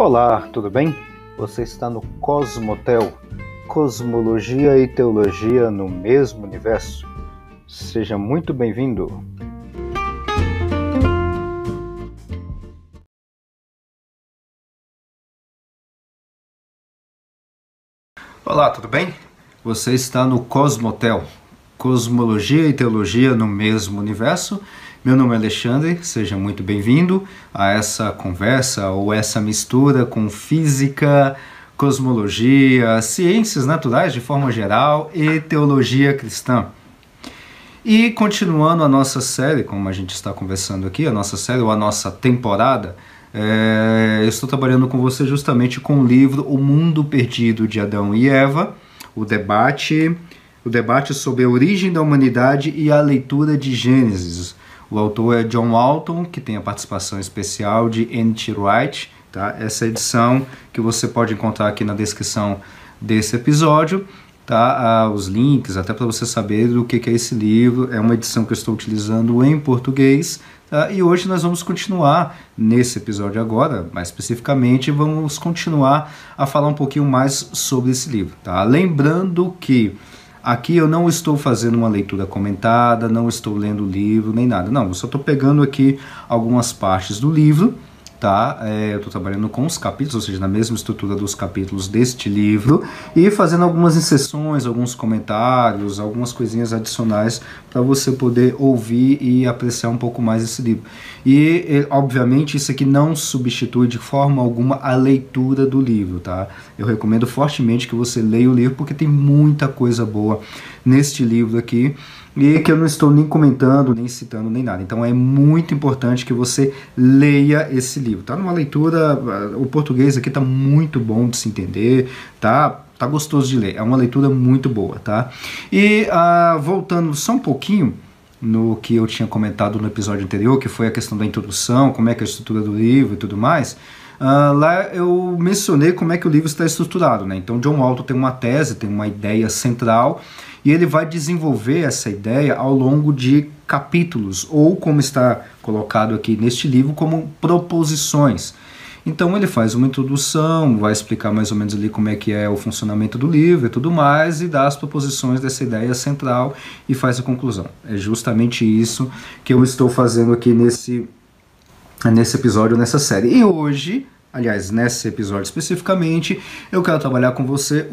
Olá, tudo bem? Você está no Cosmotel, Cosmologia e Teologia no mesmo universo. Seja muito bem-vindo. Olá, tudo bem? Você está no Cosmotel, Cosmologia e Teologia no mesmo universo. Meu nome é Alexandre, seja muito bem-vindo a essa conversa ou essa mistura com física, cosmologia, ciências naturais de forma geral e teologia cristã. E continuando a nossa série, como a gente está conversando aqui, a nossa série ou a nossa temporada, eu estou trabalhando com você justamente com o livro O Mundo Perdido de Adão e Eva, o debate sobre a origem da humanidade e a leitura de Gênesis. O autor é John Walton, que tem a participação especial de N.T. Wright. Tá? Essa edição que você pode encontrar aqui na descrição desse episódio. Tá? Os links, até para você saber do que é esse livro. É uma edição que eu estou utilizando em português. Tá? E hoje nós vamos continuar, nesse episódio agora, mais especificamente, vamos continuar a falar um pouquinho mais sobre esse livro. Tá? Lembrando que aqui eu não estou fazendo uma leitura comentada, não estou lendo o livro, nem nada. Não, eu só estou pegando aqui algumas partes do livro, tá? Eu estou trabalhando com os capítulos, ou seja, na mesma estrutura dos capítulos deste livro, e fazendo algumas inserções, alguns comentários, algumas coisinhas adicionais para você poder ouvir e apreciar um pouco mais esse livro. E, obviamente, isso aqui não substitui de forma alguma a leitura do livro, tá? Eu recomendo fortemente que você leia o livro, porque tem muita coisa boa neste livro aqui, e que eu não estou nem comentando, nem citando, nem nada. Então é muito importante que você leia esse livro. Tá numa leitura, o português aqui tá muito bom de se entender, tá gostoso de ler, é uma leitura muito boa, tá? E voltando só um pouquinho no que eu tinha comentado no episódio anterior, que foi a questão da introdução, como é que é a estrutura do livro e tudo mais. Lá eu mencionei como é que o livro está estruturado, né? Então John Walton tem uma tese, tem uma ideia central, e ele vai desenvolver essa ideia ao longo de capítulos, ou como está colocado aqui neste livro, como proposições. Então ele faz uma introdução, vai explicar mais ou menos ali como é que é o funcionamento do livro e tudo mais, e dá as proposições dessa ideia central e faz a conclusão. É justamente isso que eu estou fazendo aqui nesse episódio, nessa série. E hoje, aliás, nesse episódio especificamente, eu quero trabalhar com você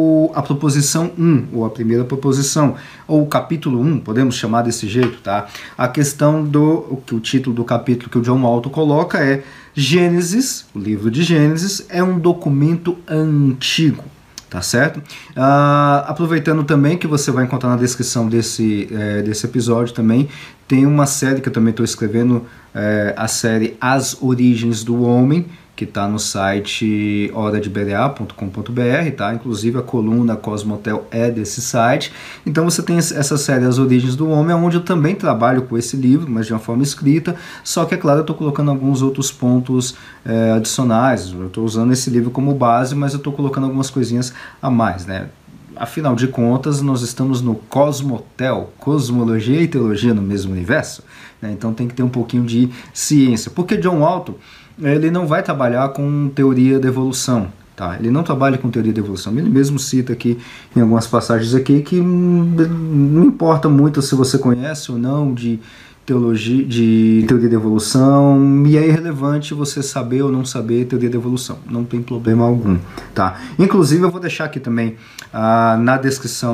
a proposição 1, ou a primeira proposição, ou o capítulo 1, podemos chamar desse jeito, tá? A questão o título do capítulo que o John Walton coloca é Gênesis, o livro de Gênesis, é um documento antigo. Tá certo? Aproveitando também que você vai encontrar na descrição desse episódio também, tem uma série que eu também estou escrevendo, a série As Origens do Homem, que está no site horadebra.com.br, tá? Inclusive a coluna Cosmotel é desse site. Então você tem essa série As Origens do Homem, onde eu também trabalho com esse livro, mas de uma forma escrita, só que é claro, eu estou colocando alguns outros pontos adicionais. Eu estou usando esse livro como base, mas eu estou colocando algumas coisinhas a mais, né? Afinal de contas, nós estamos no Cosmotel, Cosmologia e Teologia no mesmo universo, né? Então tem que ter um pouquinho de ciência. Porque John Walton, ele não vai trabalhar com teoria da evolução, tá? Ele não trabalha com teoria da evolução. Ele mesmo cita aqui em algumas passagens aqui que não importa muito se você conhece ou não de teoria da evolução, e é irrelevante você saber ou não saber teoria da evolução, não tem problema algum, tá? Inclusive eu vou deixar aqui também na descrição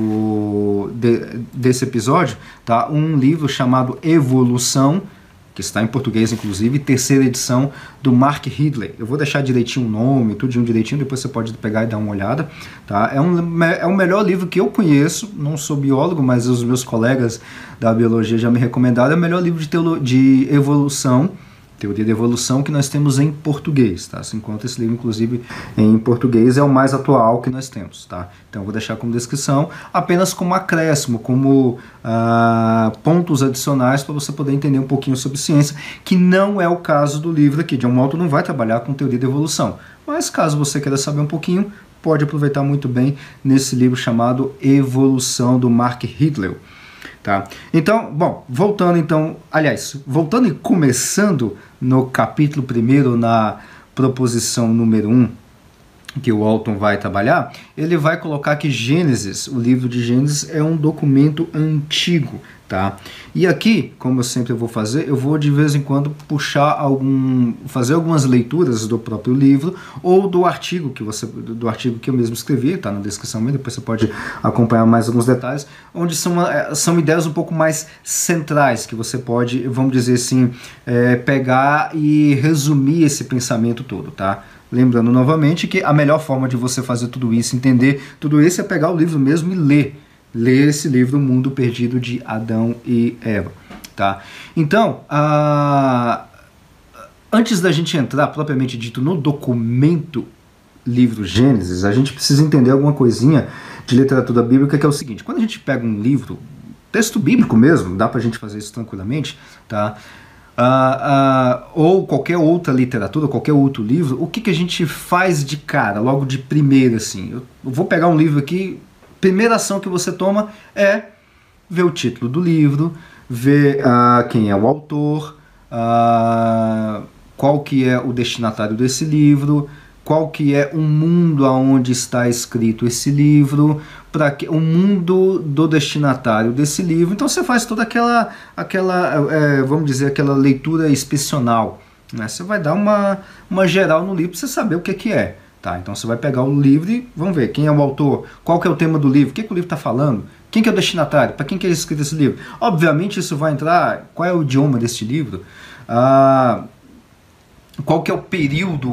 desse episódio, tá, um livro chamado Evolução, que está em português, inclusive, terceira edição do Mark Ridley. Eu vou deixar direitinho o nome, tudinho direitinho, depois você pode pegar e dar uma olhada. Tá? É o melhor livro que eu conheço, não sou biólogo, mas os meus colegas da biologia já me recomendaram, é o melhor livro de evolução, teoria da evolução, que nós temos em português, tá? Você encontra esse livro, inclusive, em português, é o mais atual que nós temos, tá? Então eu vou deixar como descrição, apenas como acréscimo, como pontos adicionais para você poder entender um pouquinho sobre ciência, que não é o caso do livro aqui. John Walton não vai trabalhar com teoria da evolução, mas caso você queira saber um pouquinho, pode aproveitar muito bem nesse livro chamado Evolução, do Mark Ridley. Tá? Então, bom, voltando e começando no capítulo 1, na proposição número 1, que o Walton vai trabalhar, ele vai colocar que Gênesis, o livro de Gênesis, é um documento antigo, tá? E aqui, como eu sempre vou fazer, eu vou de vez em quando fazer algumas leituras do próprio livro ou do artigo que eu mesmo escrevi, tá na descrição, depois você pode acompanhar mais alguns detalhes, onde são ideias um pouco mais centrais, que você pode, vamos dizer assim, pegar e resumir esse pensamento todo, tá? Lembrando novamente que a melhor forma de você fazer tudo isso, entender tudo isso, é pegar o livro mesmo e ler. Ler esse livro, O Mundo Perdido de Adão e Eva. Tá? Então, antes da gente entrar, propriamente dito, no documento livro Gênesis, a gente precisa entender alguma coisinha de literatura bíblica, que é o seguinte: quando a gente pega um livro, texto bíblico mesmo, dá pra gente fazer isso tranquilamente, tá? Ou qualquer outra literatura, qualquer outro livro, o que a gente faz de cara, logo de primeira, assim? Eu vou pegar um livro aqui, primeira ação que você toma é ver o título do livro, ver quem é o autor, qual que é o destinatário desse livro, qual que é o mundo aonde está escrito esse livro, o mundo do destinatário desse livro. Então você faz toda aquela vamos dizer, aquela leitura inspecional, né? Você vai dar uma geral no livro para você saber o que é. Tá, então você vai pegar o livro e vamos ver quem é o autor, qual que é o tema do livro, o que o livro está falando, quem que é o destinatário, para quem que é escrito esse livro. Obviamente isso vai entrar, qual é o idioma desse livro, qual que é o período,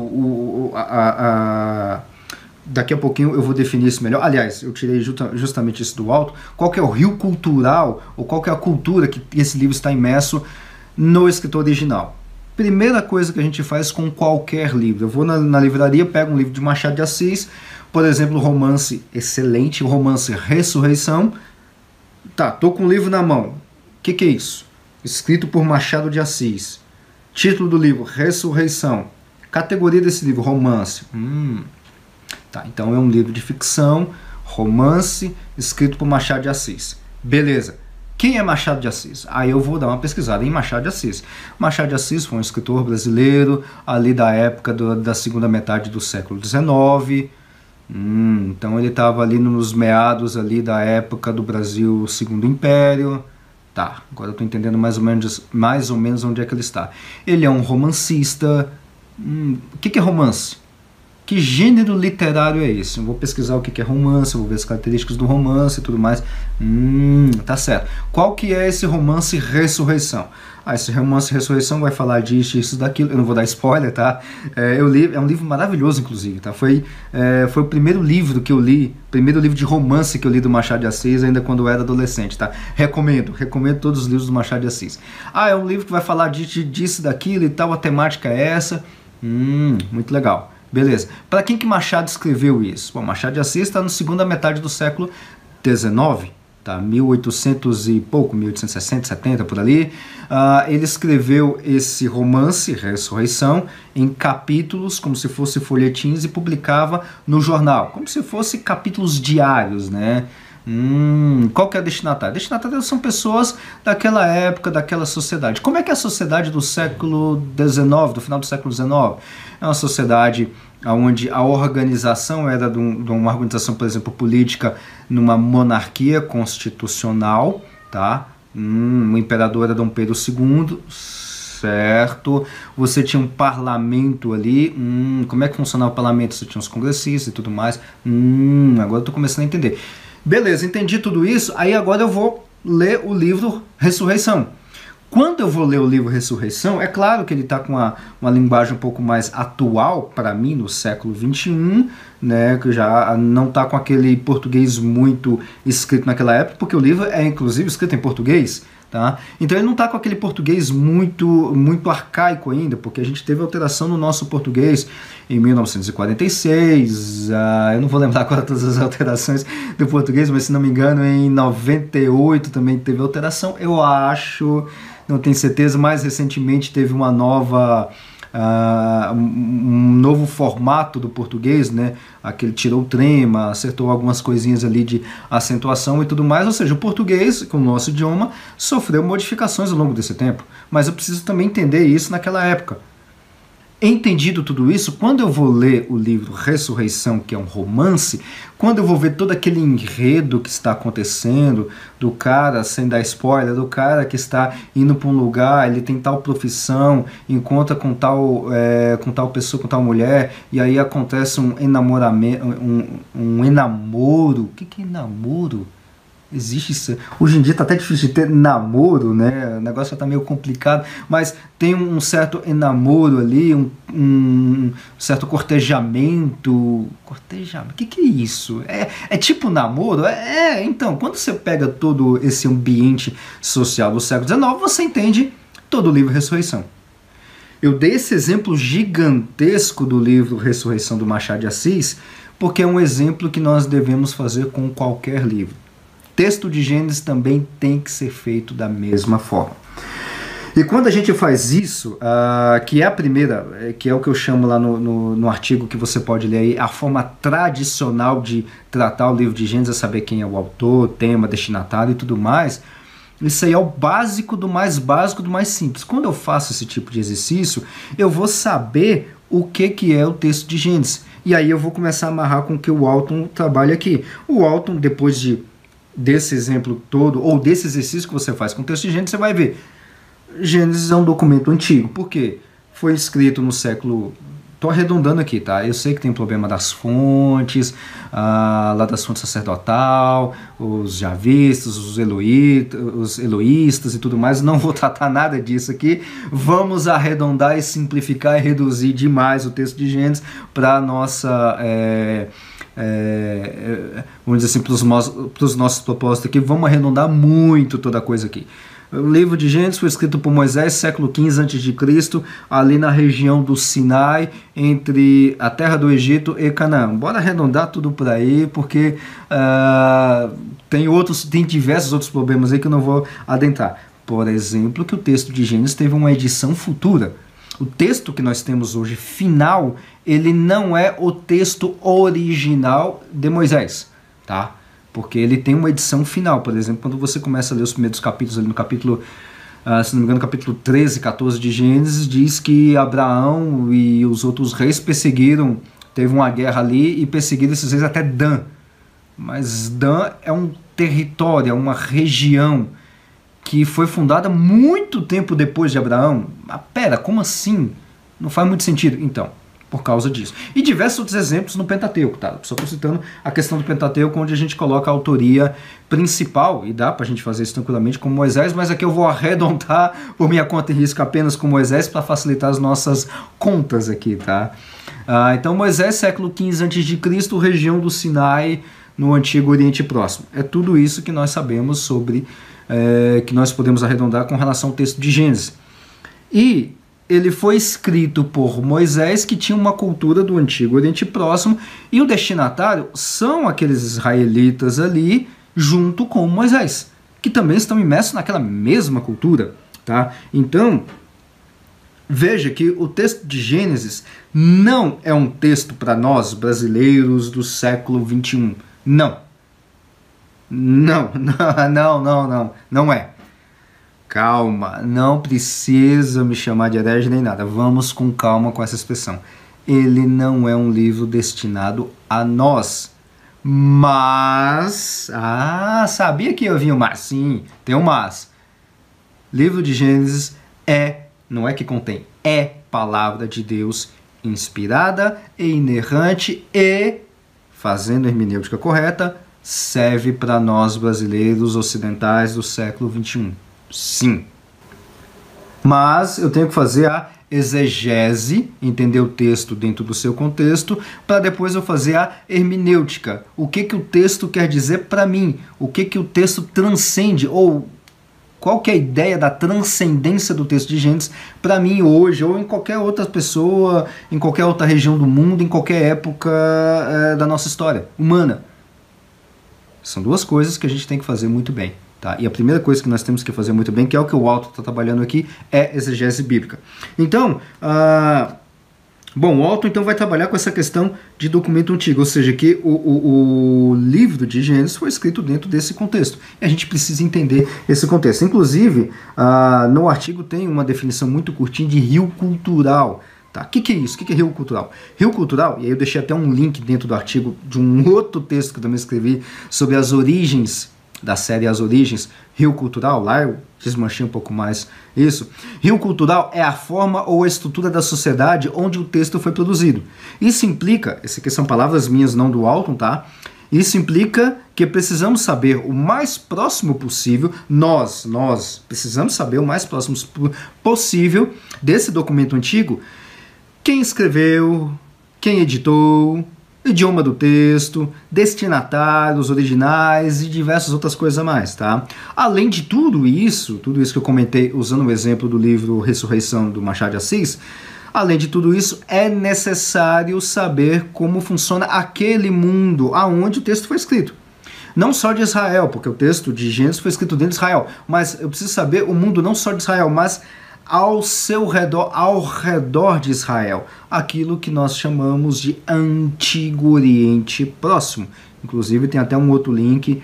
daqui a pouquinho eu vou definir isso melhor. Aliás, eu tirei justamente isso do alto, qual que é o rio cultural, ou qual que é a cultura que esse livro está imerso no escritor original. Primeira coisa que a gente faz com qualquer livro, eu vou na livraria, pego um livro de Machado de Assis, por exemplo, o romance excelente, o romance Ressurreição. Tá, tô com o livro na mão. O que é isso? Escrito por Machado de Assis. Título do livro, Ressurreição. Categoria desse livro, romance. Tá, então é um livro de ficção, romance, escrito por Machado de Assis. Beleza. Quem é Machado de Assis? Aí eu vou dar uma pesquisada em Machado de Assis. Machado de Assis foi um escritor brasileiro, ali da época da segunda metade do século XIX. Então ele estava ali nos meados ali da época do Brasil Segundo Império. Tá, agora eu estou entendendo mais ou menos onde é que ele está. Ele é um romancista. O que é romance? Que gênero literário é esse? Eu vou pesquisar o que é romance, eu vou ver as características do romance e tudo mais. Tá certo. Qual que é esse romance Ressurreição? Esse romance Ressurreição vai falar disso, isso, daquilo. Eu não vou dar spoiler, tá? Eu li, é um livro maravilhoso, inclusive, tá? Foi o primeiro livro que eu li, primeiro livro de romance que eu li do Machado de Assis, ainda quando eu era adolescente, tá? Recomendo todos os livros do Machado de Assis. É um livro que vai falar disso, daquilo e tal, a temática é essa. Muito legal. Beleza. Para quem que Machado escreveu isso? Bom, Machado de Assis está na segunda metade do século XIX, tá? 1800 e pouco, 1860, 70, por ali. Ele escreveu esse romance, Ressurreição, em capítulos, como se fosse folhetins, e publicava no jornal, como se fosse capítulos diários, né? Qual que é a destinatária? Destinatárias são pessoas daquela época, daquela sociedade. Como é que é a sociedade do século XIX, do final do século XIX? É uma sociedade onde a organização era de uma organização, por exemplo, política, numa monarquia constitucional, tá? O imperador era Dom Pedro II, certo? Você tinha um parlamento ali. Como é que funcionava o parlamento? Você tinha os congressistas e tudo mais. Agora eu estou começando a entender. Beleza, entendi tudo isso, aí agora eu vou ler o livro Ressurreição. Quando eu vou ler o livro Ressurreição, é claro que ele está com uma linguagem um pouco mais atual, para mim, no século XXI, né, que já não está com aquele português muito escrito naquela época, porque o livro é inclusive escrito em português. Tá? Então ele não está com aquele português muito arcaico ainda, porque a gente teve alteração no nosso português em 1946, eu não vou lembrar agora todas as alterações do português, mas se não me engano em 98 também teve alteração, eu acho, não tenho certeza, mais recentemente teve uma nova... um novo formato do português, né? Aquele tirou o trema, acertou algumas coisinhas ali de acentuação e tudo mais, ou seja, o português, com o nosso idioma, sofreu modificações ao longo desse tempo, mas eu preciso também entender isso naquela época. Entendido tudo isso, quando eu vou ler o livro Ressurreição, que é um romance, quando eu vou ver todo aquele enredo que está acontecendo, do cara, sem dar spoiler, do cara que está indo para um lugar, ele tem tal profissão, encontra com tal pessoa, com tal mulher, e aí acontece um enamoramento, um enamoro. O que é namoro? Existe isso. Hoje em dia tá até difícil de ter namoro, né? O negócio já tá meio complicado, mas tem um certo enamoro ali, um certo cortejamento. Cortejamento? O que é isso? É tipo namoro? Então, quando você pega todo esse ambiente social do século XIX, você entende todo o livro Ressurreição. Eu dei esse exemplo gigantesco do livro Ressurreição do Machado de Assis, porque é um exemplo que nós devemos fazer com qualquer livro. Texto de Gênesis também tem que ser feito da mesma forma. E quando a gente faz isso, que é a primeira, que é o que eu chamo lá no artigo que você pode ler aí, a forma tradicional de tratar o livro de Gênesis, é saber quem é o autor, tema, destinatário e tudo mais. Isso aí é o básico do mais simples. Quando eu faço esse tipo de exercício, eu vou saber o que é o texto de Gênesis. E aí eu vou começar a amarrar com o que o Walton trabalha aqui. O Walton, depois desse exemplo todo, ou desse exercício que você faz com o texto de Gênesis, você vai ver. Gênesis é um documento antigo. Por quê? Foi escrito no século... Estou arredondando aqui, tá? Eu sei que tem problema das fontes, lá das fontes sacerdotal, os javistas, os eloístas e tudo mais. Não vou tratar nada disso aqui. Vamos arredondar e simplificar e reduzir demais o texto de Gênesis para a nossa... vamos dizer assim, para os nossos propósitos aqui, vamos arredondar muito toda a coisa aqui. O livro de Gênesis foi escrito por Moisés, século XV a.C., ali na região do Sinai, entre a terra do Egito e Canaã. Bora arredondar tudo por aí, porque tem diversos outros problemas aí que eu não vou adentrar. Por exemplo, que o texto de Gênesis teve uma edição futura. O texto que nós temos hoje, final, ele não é o texto original de Moisés, tá? Porque ele tem uma edição final. Por exemplo, quando você começa a ler os primeiros capítulos, ali no capítulo, se não me engano, capítulo 13, 14 de Gênesis, diz que Abraão e os outros reis perseguiram, teve uma guerra ali e perseguiram esses reis até Dan. Mas Dan é um território, é uma região que foi fundada muito tempo depois de Abraão. Mas pera, como assim? Não faz muito sentido. Então, por causa disso. E diversos outros exemplos no Pentateuco, tá? Só estou citando a questão do Pentateuco, onde a gente coloca a autoria principal, e dá pra gente fazer isso tranquilamente com Moisés, mas aqui eu vou arredondar por minha conta e risco apenas com Moisés para facilitar as nossas contas aqui, tá? Então Moisés, século XV a.C., região do Sinai, no Antigo Oriente Próximo. É tudo isso que nós sabemos sobre, que nós podemos arredondar com relação ao texto de Gênesis. E ele foi escrito por Moisés, que tinha uma cultura do Antigo Oriente Próximo, e o destinatário são aqueles israelitas ali, junto com Moisés, que também estão imersos naquela mesma cultura, tá? Então, veja que o texto de Gênesis não é um texto para nós, brasileiros do século XXI. Não. Não é. Calma, não precisa me chamar de herege nem nada. Vamos com calma com essa expressão. Ele não é um livro destinado a nós. Mas... sabia que eu vi um mas? Sim, tem um mas. Livro de Gênesis não é que contém, é palavra de Deus inspirada e inerrante e, fazendo a hermenêutica correta, serve para nós brasileiros ocidentais do século XXI. Sim. Mas eu tenho que fazer a exegese, entender o texto dentro do seu contexto, para depois eu fazer a hermenêutica. O que o texto quer dizer para mim? O que o texto transcende? Ou qual que é a ideia da transcendência do texto de Gênesis para mim hoje, ou em qualquer outra pessoa, em qualquer outra região do mundo, em qualquer época da nossa história humana? São duas coisas que a gente tem que fazer muito bem. Tá? E a primeira coisa que nós temos que fazer muito bem, que é o que o Walton está trabalhando aqui, é exegese bíblica. Então, o Walton então vai trabalhar com essa questão de documento antigo, ou seja, que o livro de Gênesis foi escrito dentro desse contexto. E a gente precisa entender esse contexto. Inclusive, no artigo tem uma definição muito curtinha de rio cultural. Tá? O que é isso? O que é rio cultural? Rio cultural, e aí eu deixei até um link dentro do artigo de um outro texto que eu também escrevi sobre as origens da série As Origens, rio cultural, lá eu desmanchei um pouco mais isso. Rio cultural é a forma ou a estrutura da sociedade onde o texto foi produzido. Isso implica, essas aqui são palavras minhas, não do Walton, tá? Isso implica que precisamos saber o mais próximo possível, nós precisamos saber o mais próximo possível desse documento antigo, quem escreveu, quem editou, idioma do texto, destinatários originais e diversas outras coisas a mais, tá? Além de tudo isso que eu comentei usando o exemplo do livro Ressurreição do Machado de Assis, além de tudo isso, é necessário saber como funciona aquele mundo aonde o texto foi escrito. Não só de Israel, porque o texto de Gênesis foi escrito dentro de Israel, mas eu preciso saber o mundo não só de Israel, mas ao seu redor, ao redor de Israel, aquilo que nós chamamos de Antigo Oriente Próximo. Inclusive tem até um outro link,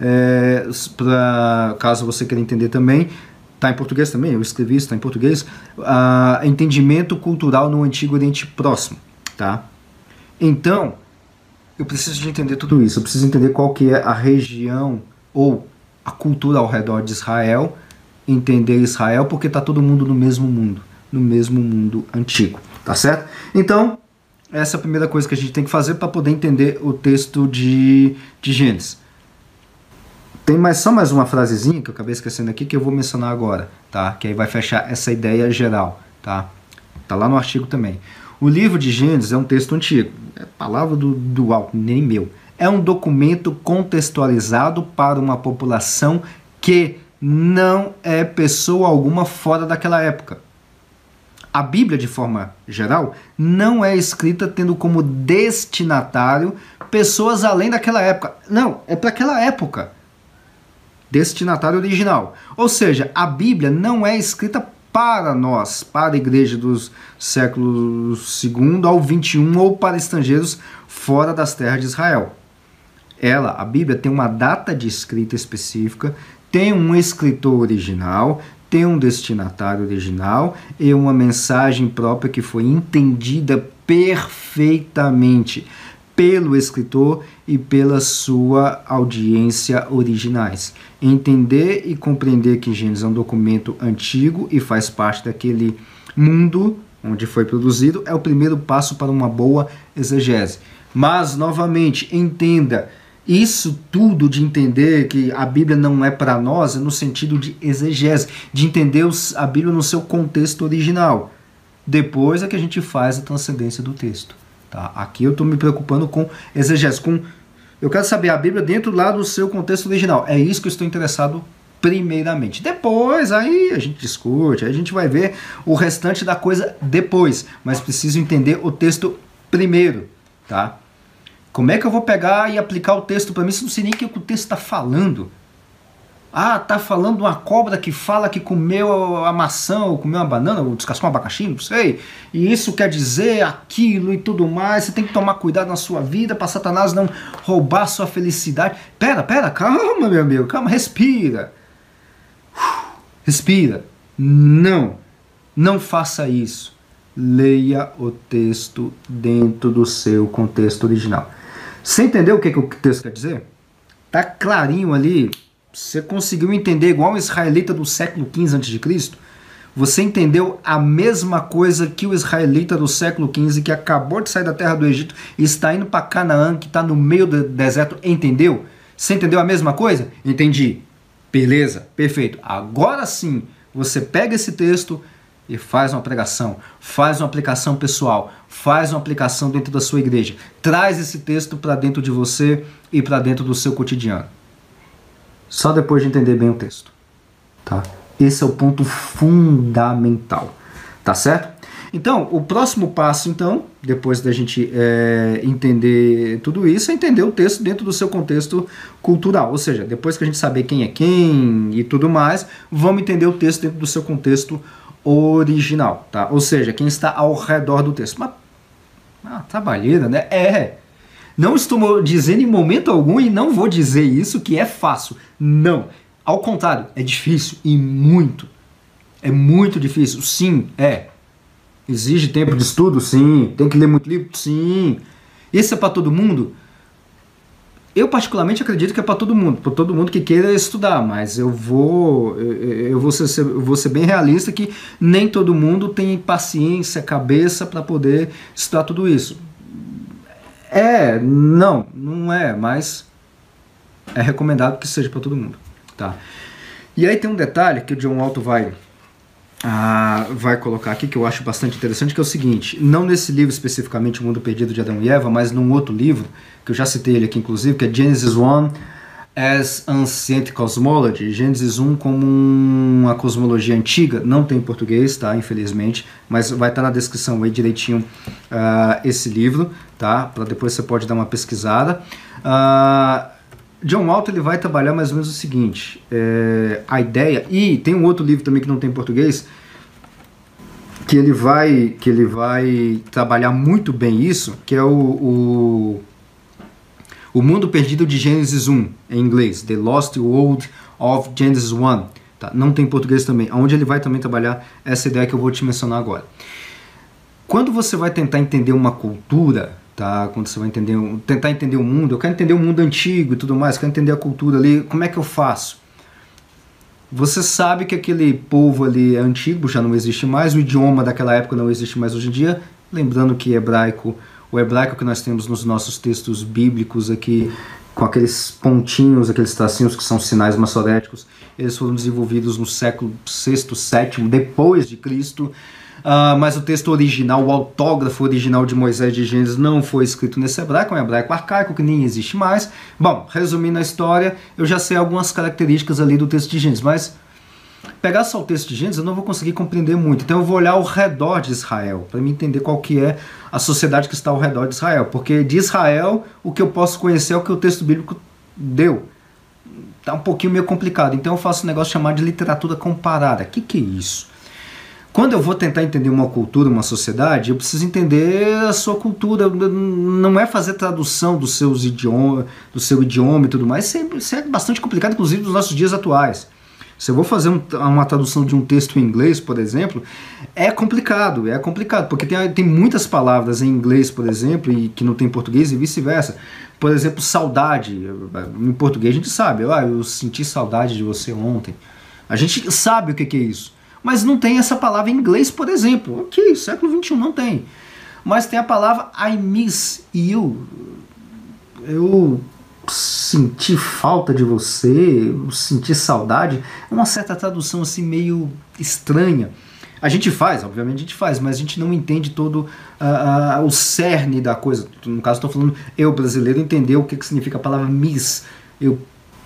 para caso você queira entender também, está em português também, eu escrevi isso, está em português, entendimento cultural no Antigo Oriente Próximo, tá? Então, eu preciso de entender tudo isso, eu preciso entender qual que é a região ou a cultura ao redor de Israel, entender Israel, porque está todo mundo no mesmo mundo antigo, tá certo? Então, essa é a primeira coisa que a gente tem que fazer para poder entender o texto de Gênesis. Tem só mais uma frasezinha que eu acabei esquecendo aqui que eu vou mencionar agora, tá? Que aí vai fechar essa ideia geral, tá? Tá lá no artigo também. O livro de Gênesis é um texto antigo, é palavra do Alto, nem meu. É um documento contextualizado para uma população que não é pessoa alguma fora daquela época. A Bíblia, de forma geral, não é escrita tendo como destinatário pessoas além daquela época. Não, é para aquela época. Destinatário original. Ou seja, a Bíblia não é escrita para nós, para a igreja dos séculos II ao XXI ou para estrangeiros fora das terras de Israel. A Bíblia, tem uma data de escrita específica, tem um escritor original, tem um destinatário original e uma mensagem própria que foi entendida perfeitamente pelo escritor e pela sua audiência originais. Entender e compreender que Gênesis é um documento antigo e faz parte daquele mundo onde foi produzido é o primeiro passo para uma boa exegese. Mas, novamente, entenda, isso tudo de entender que a Bíblia não é para nós é no sentido de exegese, de entender a Bíblia no seu contexto original. Depois é que a gente faz a transcendência do texto. Tá? Aqui eu estou me preocupando com exegese. Eu quero saber a Bíblia dentro lá do seu contexto original. É isso que eu estou interessado primeiramente. Depois, aí a gente discute, aí a gente vai ver o restante da coisa depois. Mas preciso entender o texto primeiro. Tá? Como é que eu vou pegar e aplicar o texto para mim se não sei nem o que o texto está falando? Ah, tá falando de uma cobra que fala que comeu a maçã, ou comeu uma banana, ou descascou um abacaxi, não sei. E isso quer dizer aquilo e tudo mais. Você tem que tomar cuidado na sua vida para Satanás não roubar sua felicidade. Pera, calma, meu amigo, calma, respira. Respira. Não faça isso. Leia o texto dentro do seu contexto original. Você entendeu o que o texto quer dizer? Tá clarinho ali. Você conseguiu entender igual um israelita do século XV a.C.? Você entendeu a mesma coisa que o israelita do século XV que acabou de sair da terra do Egito e está indo para Canaã, que está no meio do deserto, entendeu? Você entendeu a mesma coisa? Entendi. Beleza, perfeito. Agora sim, você pega esse texto e faz uma pregação, faz uma aplicação pessoal, faz uma aplicação dentro da sua igreja. Traz esse texto para dentro de você e para dentro do seu cotidiano. Só depois de entender bem o texto, tá? Esse é o ponto fundamental, tá certo? Então, o próximo passo, então, depois da gente entender tudo isso, é entender o texto dentro do seu contexto cultural. Ou seja, depois que a gente saber quem é quem e tudo mais, vamos entender o texto dentro do seu contexto original, tá? Ou seja, quem está ao redor do texto. Uma trabalheira, né? Não estou dizendo em momento algum e não vou dizer isso que é fácil. Não. Ao contrário, é difícil e muito. É muito difícil. Sim, é. Exige tempo de estudo? Sim. Tem que ler muito livro? Sim. Isso é para todo mundo? Eu particularmente acredito que é para todo mundo que queira estudar, mas eu vou ser bem realista que nem todo mundo tem paciência, cabeça para poder estudar tudo isso. Não é, mas é recomendado que seja para todo mundo, tá? E aí tem um detalhe que o John Walton vai colocar aqui, que eu acho bastante interessante, que é o seguinte: não nesse livro especificamente, O Mundo Perdido de Adão e Eva, mas num outro livro, que eu já citei ele aqui inclusive, que é Genesis 1 as Ancient Cosmology, Gênesis 1 como uma cosmologia antiga, não tem em português, tá, infelizmente, mas vai estar na descrição aí direitinho esse livro, tá, para depois você pode dar uma pesquisada. John Walton ele vai trabalhar mais ou menos o seguinte, a ideia, e tem um outro livro também que não tem em português, que ele vai trabalhar muito bem isso, que é o Mundo Perdido de Gênesis 1, em inglês, The Lost World of Genesis 1, tá? Não tem em português também, onde ele vai também trabalhar essa ideia que eu vou te mencionar agora. Quando você vai tentar entender uma cultura, tá? Quando você vai tentar entender o mundo, eu quero entender o mundo antigo e tudo mais, quero entender a cultura ali, como é que eu faço? Você sabe que aquele povo ali é antigo, já não existe mais, o idioma daquela época não existe mais hoje em dia, lembrando que o hebraico que nós temos nos nossos textos bíblicos aqui, com aqueles pontinhos, aqueles tracinhos que são sinais maçoréticos, eles foram desenvolvidos no século VI, VII, depois de Cristo, mas o texto original, o autógrafo original de Moisés de Gênesis não foi escrito nesse hebraico, é um hebraico arcaico que nem existe mais. Bom, resumindo a história, eu já sei algumas características ali do texto de Gênesis, mas pegar só o texto de Gênesis eu não vou conseguir compreender muito, então eu vou olhar ao redor de Israel, para me entender qual que é a sociedade que está ao redor de Israel, porque de Israel o que eu posso conhecer é o que o texto bíblico deu. Tá um pouquinho meio complicado, então eu faço um negócio chamado de literatura comparada. O que é isso? Quando eu vou tentar entender uma cultura, uma sociedade, eu preciso entender a sua cultura, não é fazer tradução do seu idioma e tudo mais, isso é bastante complicado, inclusive nos nossos dias atuais. Se eu vou fazer uma tradução de um texto em inglês, por exemplo, é complicado, porque tem muitas palavras em inglês, por exemplo, e que não tem em português e vice-versa. Por exemplo, saudade, em português a gente sabe, eu senti saudade de você ontem. A gente sabe o que é isso, mas não tem essa palavra em inglês, por exemplo. Ok, século XXI não tem. Mas tem a palavra I miss you. Eu sentir falta de você, sentir saudade, é uma certa tradução assim meio estranha. A gente faz, obviamente a gente faz, mas a gente não entende todo o cerne da coisa. No caso estou falando, eu brasileiro, entender o que significa a palavra miss, eu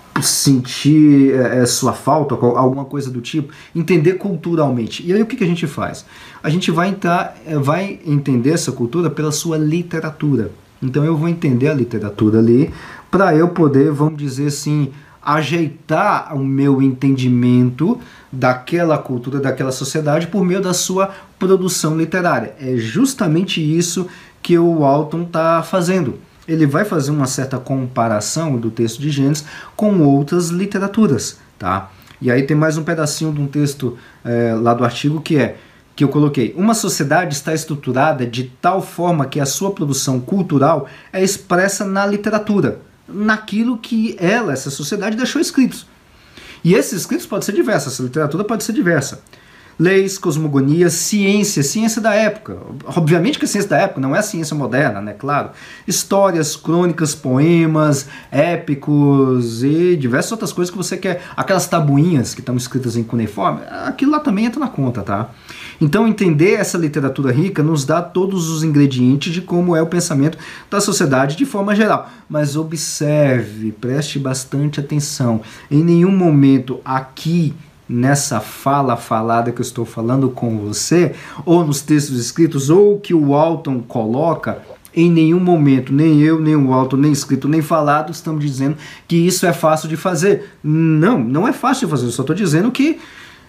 sentir sua falta, alguma coisa do tipo, entender culturalmente. E aí o que a gente faz? A gente vai entender essa cultura pela sua literatura. Então eu vou entender a literatura ali, para eu poder, vamos dizer assim, ajeitar o meu entendimento daquela cultura, daquela sociedade, por meio da sua produção literária. É justamente isso que o Walton está fazendo. Ele vai fazer uma certa comparação do texto de Gênesis com outras literaturas, tá? E aí tem mais um pedacinho de um texto lá do artigo que eu coloquei. Uma sociedade está estruturada de tal forma que a sua produção cultural é expressa na literatura, naquilo que essa sociedade deixou escritos. E esses escritos podem ser diversos, essa literatura pode ser diversa. Leis, cosmogonia, ciência da época. Obviamente que a ciência da época não é a ciência moderna, né? Claro. Histórias, crônicas, poemas, épicos e diversas outras coisas que você quer. Aquelas tabuinhas que estão escritas em cuneiforme, aquilo lá também entra na conta, tá? Então entender essa literatura rica nos dá todos os ingredientes de como é o pensamento da sociedade de forma geral. Mas observe, preste bastante atenção. Em nenhum momento aqui, nessa fala falada que eu estou falando com você, ou nos textos escritos, ou que o Walton coloca, em nenhum momento, nem eu, nem o Walton, nem escrito, nem falado, estamos dizendo que isso é fácil de fazer. Não é fácil de fazer, eu só estou dizendo que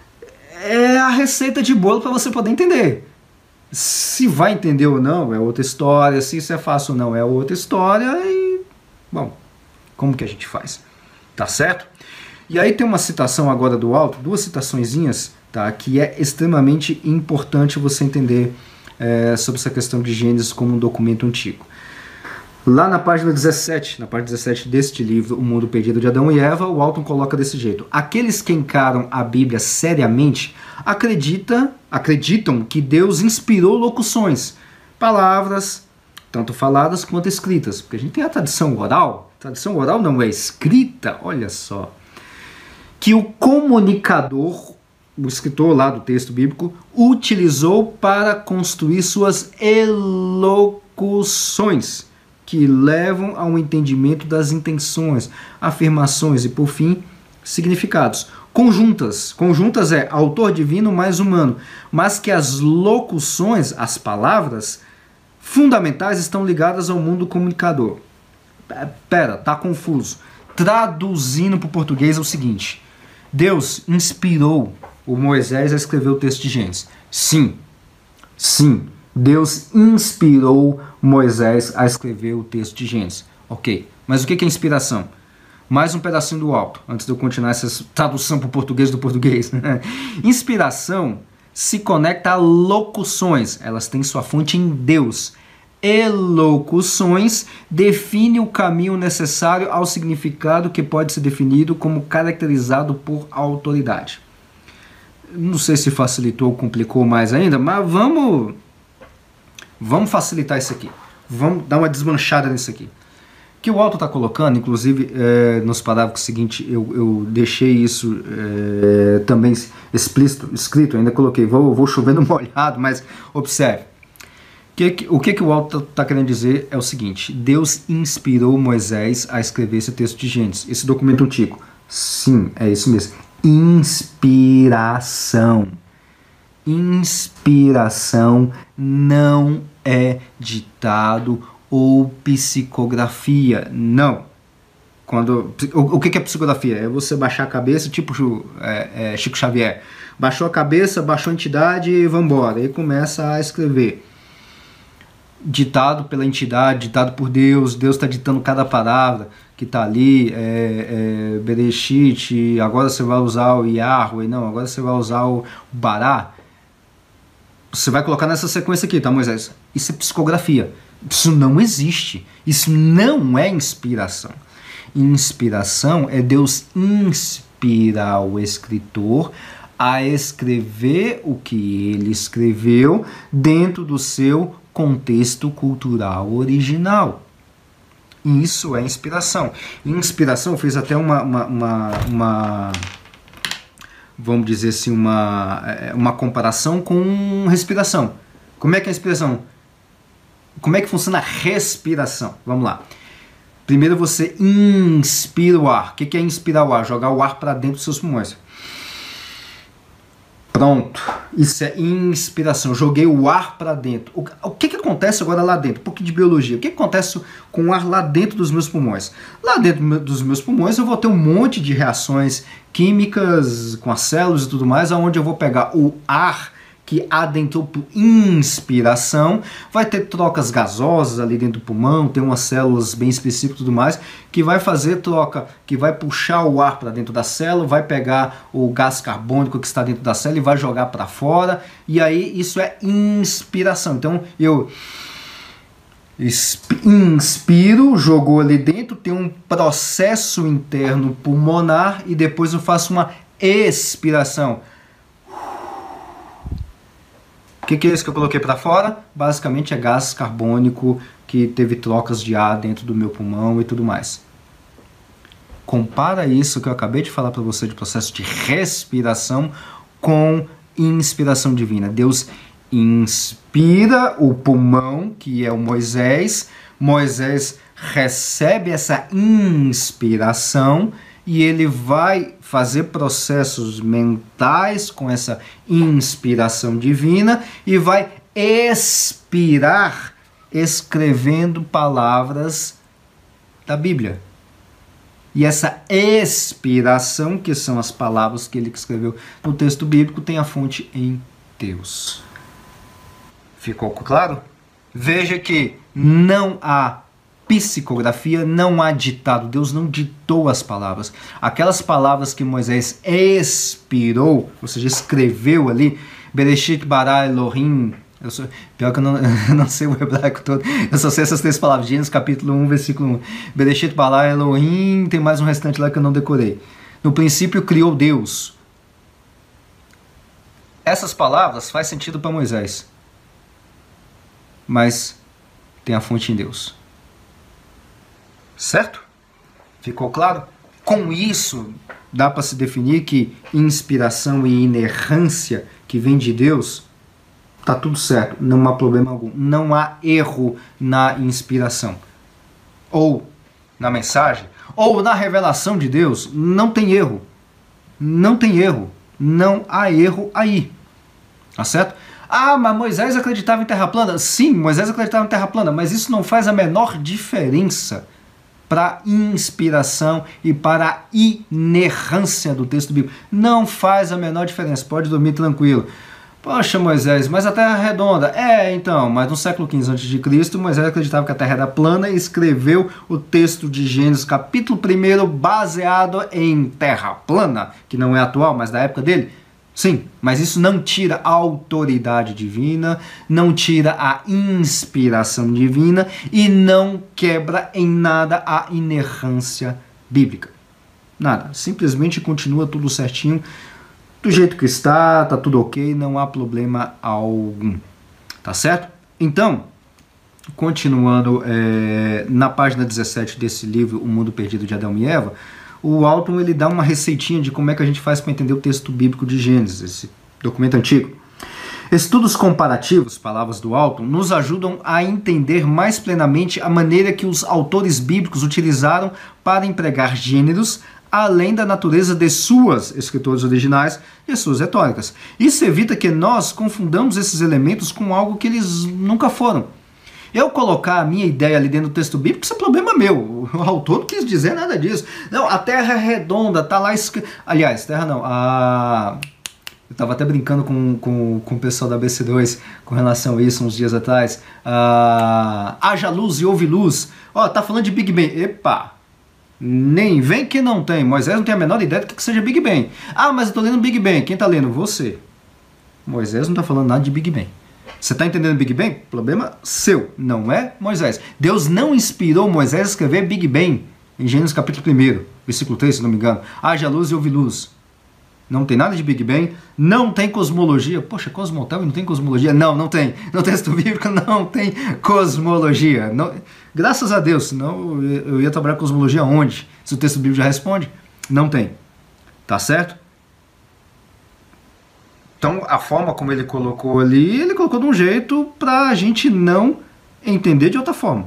é a receita de bolo para você poder entender. Se vai entender ou não, é outra história, se isso é fácil ou não, é outra história, e, bom, como que a gente faz? Tá certo? E aí tem uma citação agora do Walton, duas citaçõezinhas, tá, que é extremamente importante você entender sobre essa questão de Gênesis como um documento antigo. Lá na página 17, deste livro, O Mundo Perdido de Adão e Eva, o Walton coloca desse jeito: aqueles que encaram a Bíblia seriamente acreditam que Deus inspirou locuções, palavras, tanto faladas quanto escritas, porque a gente tem a tradição oral não é escrita, olha só, que o comunicador, o escritor lá do texto bíblico, utilizou para construir suas elocuções, que levam ao entendimento das intenções, afirmações e, por fim, significados. Conjuntas é autor divino mais humano, mas que as locuções, as palavras fundamentais estão ligadas ao mundo comunicador. Pera, tá confuso. Traduzindo para o português é o seguinte: Deus inspirou o Moisés a escrever o texto de Gênesis. Sim, Deus inspirou Moisés a escrever o texto de Gênesis. Ok, mas o que é inspiração? Mais um pedacinho do alto, antes de eu continuar essa tradução para o português do português. Inspiração se conecta a locuções, elas têm sua fonte em Deus. Elocuções define o caminho necessário ao significado que pode ser definido como caracterizado por autoridade. Não sei se facilitou ou complicou mais ainda, mas vamos facilitar isso aqui. Vamos dar uma desmanchada nisso aqui. Que o Walton está colocando, inclusive nos parágrafos seguintes eu deixei isso também explícito, escrito, ainda coloquei, vou chover no molhado, mas observe. O que o Walton está querendo dizer é o seguinte: Deus inspirou Moisés a escrever esse texto de Gênesis, esse documento antigo. Sim, é isso mesmo. Inspiração. Inspiração não é ditado ou psicografia, não. O que é psicografia? É você baixar a cabeça, tipo Chico Xavier. Baixou a cabeça, baixou a entidade e vambora. Aí começa a escrever. Ditado pela entidade, ditado por Deus. Deus está ditando cada palavra que está ali. Bereshit, agora você vai usar o Yahweh, não, agora você vai usar o Bará. Você vai colocar nessa sequência aqui, tá, Moisés? Isso é psicografia. Isso não existe. Isso não é inspiração. Inspiração é Deus inspirar o escritor a escrever o que ele escreveu dentro do seu contexto cultural original. Isso é inspiração. Inspiração, eu fiz até vamos dizer assim, uma comparação com respiração. Como é que é a inspiração? Como é que funciona a respiração? Vamos lá. Primeiro você inspira o ar. O que é inspirar o ar? Jogar o ar para dentro dos seus pulmões. Pronto. Isso é inspiração. Joguei o ar para dentro. O que acontece agora lá dentro? Um pouquinho de biologia. O que acontece com o ar lá dentro dos meus pulmões? Lá dentro dos meus pulmões eu vou ter um monte de reações químicas com as células e tudo mais, onde eu vou pegar o ar que adentrou por inspiração, vai ter trocas gasosas ali dentro do pulmão, tem umas células bem específicas e tudo mais, que vai fazer troca, que vai puxar o ar para dentro da célula, vai pegar o gás carbônico que está dentro da célula e vai jogar para fora, e aí isso é inspiração. Então eu inspiro, jogou ali dentro, tem um processo interno pulmonar e depois eu faço uma expiração. O que é isso que eu coloquei para fora? Basicamente é gás carbônico que teve trocas de ar dentro do meu pulmão e tudo mais. Compara isso que eu acabei de falar para você de processo de respiração com inspiração divina. Deus inspira o pulmão, que é o Moisés. Moisés recebe essa inspiração e ele vai fazer processos mentais com essa inspiração divina e vai expirar escrevendo palavras da Bíblia. E essa expiração, que são as palavras que ele escreveu no texto bíblico, tem a fonte em Deus. Ficou claro? Veja que não há psicografia, não há ditado. Deus não ditou as palavras. Aquelas palavras que Moisés expirou, ou seja, escreveu ali, Bereshit bara Elohim Pior que eu não, eu não sei o hebraico todo. Eu só sei essas 3 palavras. Gênesis capítulo 1, versículo 1. Bereshit bara Elohim, tem mais um restante lá que eu não decorei. No princípio criou Deus. Essas palavras faz sentido para Moisés. Mas tem a fonte em Deus. Certo? Ficou claro? Com isso, dá para se definir que inspiração e inerrância que vem de Deus, tá tudo certo, não há problema algum. Não há erro na inspiração. Ou na mensagem, ou na revelação de Deus, não tem erro. Não tem erro. Não há erro aí. Tá certo? Ah, mas Moisés acreditava em terra plana. Sim, Moisés acreditava em terra plana, mas isso não faz a menor diferença para a inspiração e para a inerrância do texto bíblico. Não faz a menor diferença, pode dormir tranquilo. Poxa, Moisés, mas a Terra é redonda. Então, mas no século XV a.C., Moisés acreditava que a Terra era plana e escreveu o texto de Gênesis, capítulo 1, baseado em terra plana, que não é atual, mas da época dele. Sim, mas isso não tira a autoridade divina, não tira a inspiração divina e não quebra em nada a inerrância bíblica. Nada, simplesmente continua tudo certinho, do jeito que está, tá tudo ok, não há problema algum. Tá certo? Então, continuando na página 17 desse livro, O Mundo Perdido de Adão e Eva, o Alton ele dá uma receitinha de como é que a gente faz para entender o texto bíblico de Gênesis, esse documento antigo. Estudos comparativos, palavras do Alton, nos ajudam a entender mais plenamente a maneira que os autores bíblicos utilizaram para empregar gêneros, além da natureza de suas escritores originais e suas retóricas. Isso evita que nós confundamos esses elementos com algo que eles nunca foram. Eu colocar a minha ideia ali dentro do texto bíblico, isso é problema meu. O autor não quis dizer nada disso. Não, a Terra é redonda, tá lá escrito... Aliás, Terra não, eu estava até brincando com o pessoal da BC2 com relação a isso uns dias atrás. Haja luz e houve luz. Ó, tá falando de Big Bang. Epa! Nem vem que não tem. Moisés não tem a menor ideia do que seja Big Bang. Ah, mas eu tô lendo Big Bang. Quem tá lendo? Você. Moisés não tá falando nada de Big Bang. Você está entendendo Big Bang? Problema seu, não é Moisés. Deus não inspirou Moisés a escrever Big Bang em Gênesis capítulo 1, versículo 3, se não me engano. Haja luz e houve luz. Não tem nada de Big Bang, não tem cosmologia. Poxa, Cosmotel não tem cosmologia? Não, não tem. No texto bíblico não tem cosmologia. Não, graças a Deus, senão eu ia trabalhar cosmologia onde? Se o texto bíblico já responde, não tem. Tá certo? Então, a forma como ele colocou ali, ele colocou de um jeito para a gente não entender de outra forma.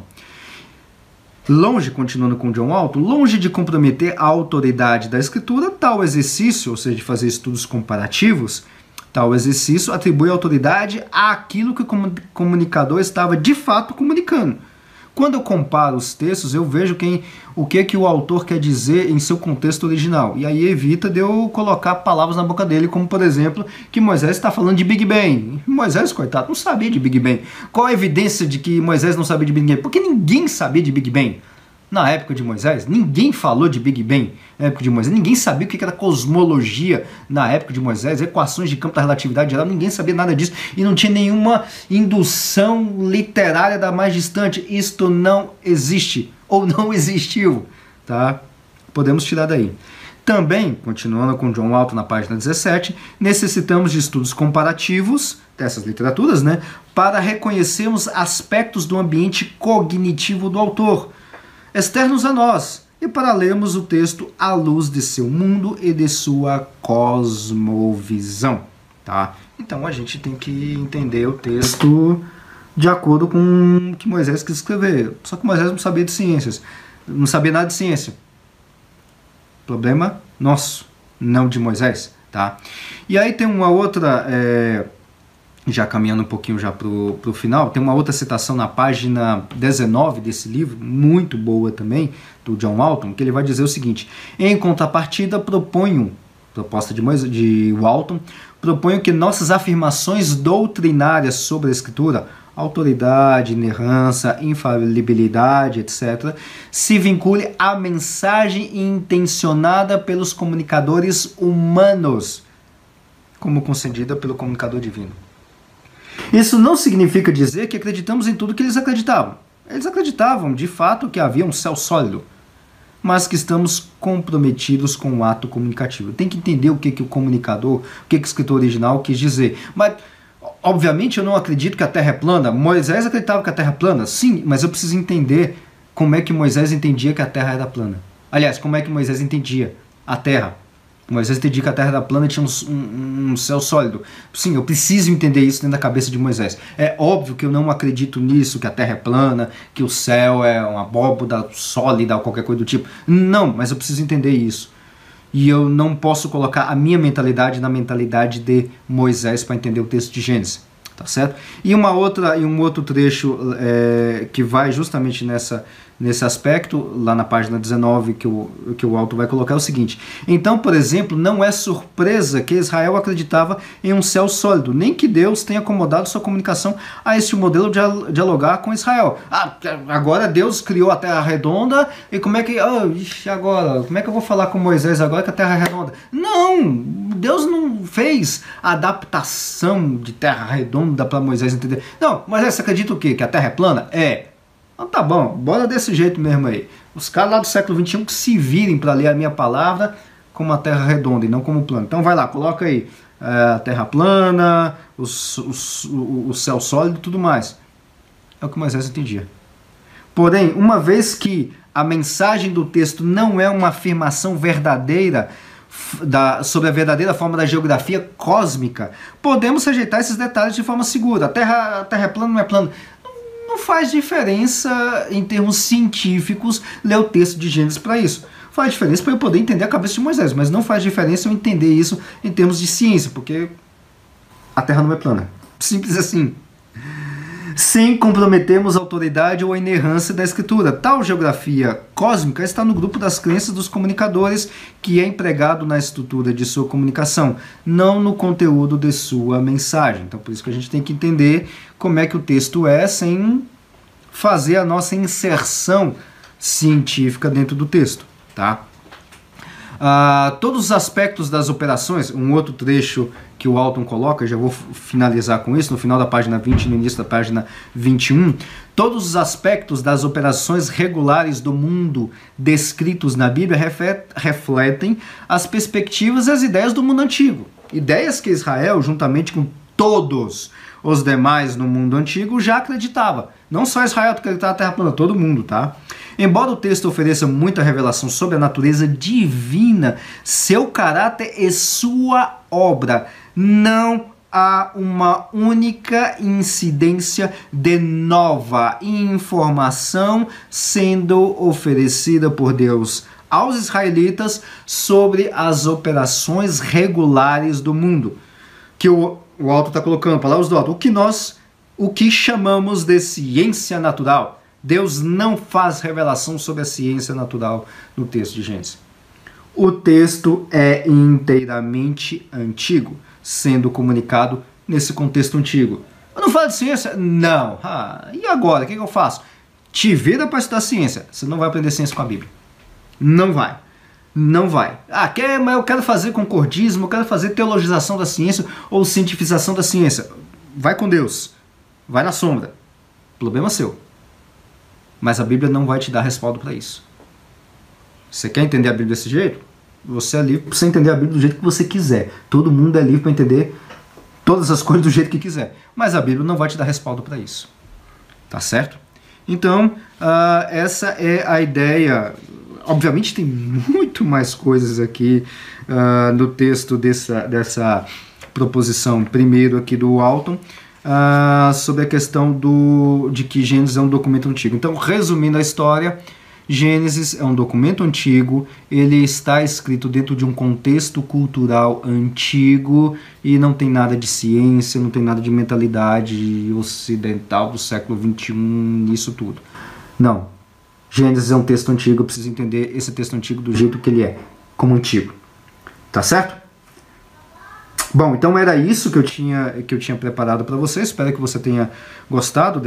Longe, continuando com John Alton, longe de comprometer a autoridade da escritura, tal exercício, ou seja, de fazer estudos comparativos, tal exercício atribui autoridade àquilo que o comunicador estava de fato comunicando. Quando eu comparo os textos, eu vejo o que o autor quer dizer em seu contexto original. E aí evita de eu colocar palavras na boca dele, como, por exemplo, que Moisés está falando de Big Bang. Moisés, coitado, não sabia de Big Bang. Qual a evidência de que Moisés não sabia de Big Bang? Porque ninguém sabia de Big Bang. Na época de Moisés, ninguém falou de Big Bang. Na época de Moisés, ninguém sabia o que era cosmologia na época de Moisés, equações de campo da relatividade geral, ninguém sabia nada disso e não tinha nenhuma indução literária da mais distante. Isto não existe ou não existiu, tá? Podemos tirar daí. Também, continuando com John Alton na página 17, necessitamos de estudos comparativos dessas literaturas, né, para reconhecermos aspectos do ambiente cognitivo do autor, externos a nós, e para lermos o texto à luz de seu mundo e de sua cosmovisão. Tá? Então a gente tem que entender o texto de acordo com o que Moisés quis escrever. Só que Moisés não sabia de ciências, não sabia nada de ciência. Problema nosso, não de Moisés. Tá? E aí tem uma outra... já caminhando um pouquinho já para o final, tem uma outra citação na página 19 desse livro, muito boa também, do John Alton, que ele vai dizer o seguinte: em contrapartida, proposta de Walton, proponho que nossas afirmações doutrinárias sobre a Escritura, autoridade, inerrância, infalibilidade, etc., se vincule à mensagem intencionada pelos comunicadores humanos, como concedida pelo comunicador divino. Isso não significa dizer que acreditamos em tudo que eles acreditavam. Eles acreditavam, de fato, que havia um céu sólido, mas que estamos comprometidos com o ato comunicativo. Tem que entender o que o comunicador, o que o escritor original quis dizer. Mas, obviamente, eu não acredito que a Terra é plana. Moisés acreditava que a Terra é plana? Sim, mas eu preciso entender como é que Moisés entendia que a Terra era plana. Aliás, como é que Moisés entendia a Terra. Moisés entendia que a Terra era plana e tinha um céu sólido. Sim, eu preciso entender isso dentro da cabeça de Moisés. É óbvio que eu não acredito nisso, que a Terra é plana, que o céu é uma abóboda sólida ou qualquer coisa do tipo. Não, mas eu preciso entender isso. E eu não posso colocar a minha mentalidade na mentalidade de Moisés para entender o texto de Gênesis. Tá certo? E um outro trecho que vai justamente nesse aspecto, lá na página 19, que o autor vai colocar é o seguinte: então, por exemplo, não é surpresa que Israel acreditava em um céu sólido, nem que Deus tenha acomodado sua comunicação a esse modelo de dialogar com Israel. Agora Deus criou a Terra redonda, e como é que eu vou falar com Moisés agora que a Terra é redonda? Não! Deus não fez a adaptação de Terra redonda para Moisés entender. Não, Moisés, você acredita o quê? Que a Terra é plana? É. Então tá bom, bora desse jeito mesmo aí. Os caras lá do século XXI que se virem para ler a minha palavra como a Terra redonda e não como plana. Então vai lá, coloca aí a Terra plana, o céu sólido e tudo mais. É o que Moisés entendia. Porém, uma vez que a mensagem do texto não é uma afirmação verdadeira sobre a verdadeira forma da geografia cósmica, podemos rejeitar esses detalhes de forma segura. A Terra é plana ou não é plana? Não faz diferença em termos científicos ler o texto de Gênesis para isso. Faz diferença para eu poder entender a cabeça de Moisés, mas não faz diferença eu entender isso em termos de ciência, porque a Terra não é plana. Simples assim. Sem comprometermos a autoridade ou a inerrância da Escritura. Tal geografia cósmica está no grupo das crenças dos comunicadores, que é empregado na estrutura de sua comunicação, não no conteúdo de sua mensagem. Então, por isso que a gente tem que entender como é que o texto é, sem fazer a nossa inserção científica dentro do texto, tá? Todos os aspectos das operações, um outro trecho que o Alton coloca, já vou finalizar com isso, no final da página 20 e no início da página 21, todos os aspectos das operações regulares do mundo descritos na Bíblia refletem as perspectivas e as ideias do mundo antigo. Ideias que Israel, juntamente com todos os demais no mundo antigo, já acreditava. Não só Israel acreditava na Terra plana, todo mundo, tá? Embora o texto ofereça muita revelação sobre a natureza divina, seu caráter e sua obra, não há uma única incidência de nova informação sendo oferecida por Deus aos israelitas sobre as operações regulares do mundo. Que o autor está colocando, palavras do autor, o que chamamos de ciência natural. Deus não faz revelação sobre a ciência natural no texto de Gênesis. O texto é inteiramente antigo, sendo comunicado nesse contexto antigo. Eu não falo de ciência? Não. E agora? O que eu faço? Te vira para estudar ciência. Você não vai aprender ciência com a Bíblia. Não vai. Não vai. Mas eu quero fazer concordismo, eu quero fazer teologização da ciência ou cientificação da ciência. Vai com Deus. Vai na sombra. Problema seu. Mas a Bíblia não vai te dar respaldo para isso. Você quer entender a Bíblia desse jeito? Você é livre para você entender a Bíblia do jeito que você quiser. Todo mundo é livre para entender todas as coisas do jeito que quiser. Mas a Bíblia não vai te dar respaldo para isso. Tá certo? Então, essa é a ideia. Obviamente tem muito mais coisas aqui no texto dessa proposição, primeiro aqui do Alton, sobre a questão de que Gênesis é um documento antigo. Então, resumindo a história, Gênesis é um documento antigo, ele está escrito dentro de um contexto cultural antigo e não tem nada de ciência, não tem nada de mentalidade ocidental do século XXI, nisso tudo. Não. Gênesis é um texto antigo, eu preciso entender esse texto antigo do jeito que ele é, como antigo. Tá certo? Bom, então era isso que eu tinha preparado para você. Espero que você tenha gostado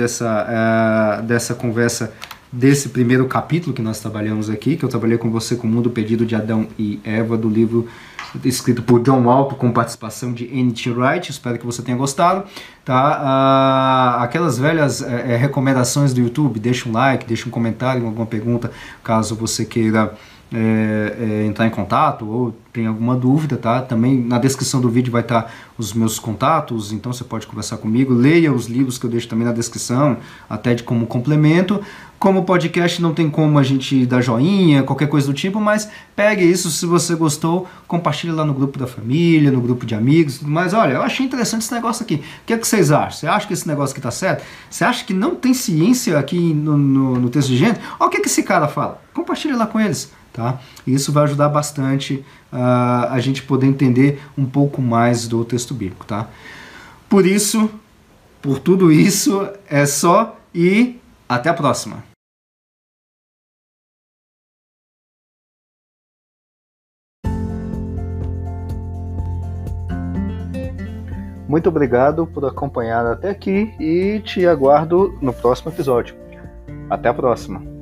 dessa conversa, desse primeiro capítulo que nós trabalhamos aqui, que eu trabalhei com você com o mundo perdido de Adão e Eva, do livro escrito por John Alto, com participação de N.T. Wright. Espero que você tenha gostado. Tá? Aquelas velhas recomendações do YouTube, deixa um like, deixa um comentário, alguma pergunta, caso você queira entrar em contato ou tem alguma dúvida, tá? Também na descrição do vídeo vai estar os meus contatos, então você pode conversar comigo, leia os livros que eu deixo também na descrição, até de como complemento. Como podcast não tem como a gente dar joinha, qualquer coisa do tipo, mas pegue isso, se você gostou, compartilhe lá no grupo da família, no grupo de amigos, mas olha, eu achei interessante esse negócio aqui. O que é que vocês acham? Você acha que esse negócio aqui tá certo? Você acha que não tem ciência aqui no texto de gênero? Olha o que esse cara fala. Compartilhe lá com eles. Tá? Isso vai ajudar bastante a gente poder entender um pouco mais do texto bíblico. Tá? Por isso, por tudo isso, é só e até a próxima. Muito obrigado por acompanhar até aqui e te aguardo no próximo episódio. Até a próxima.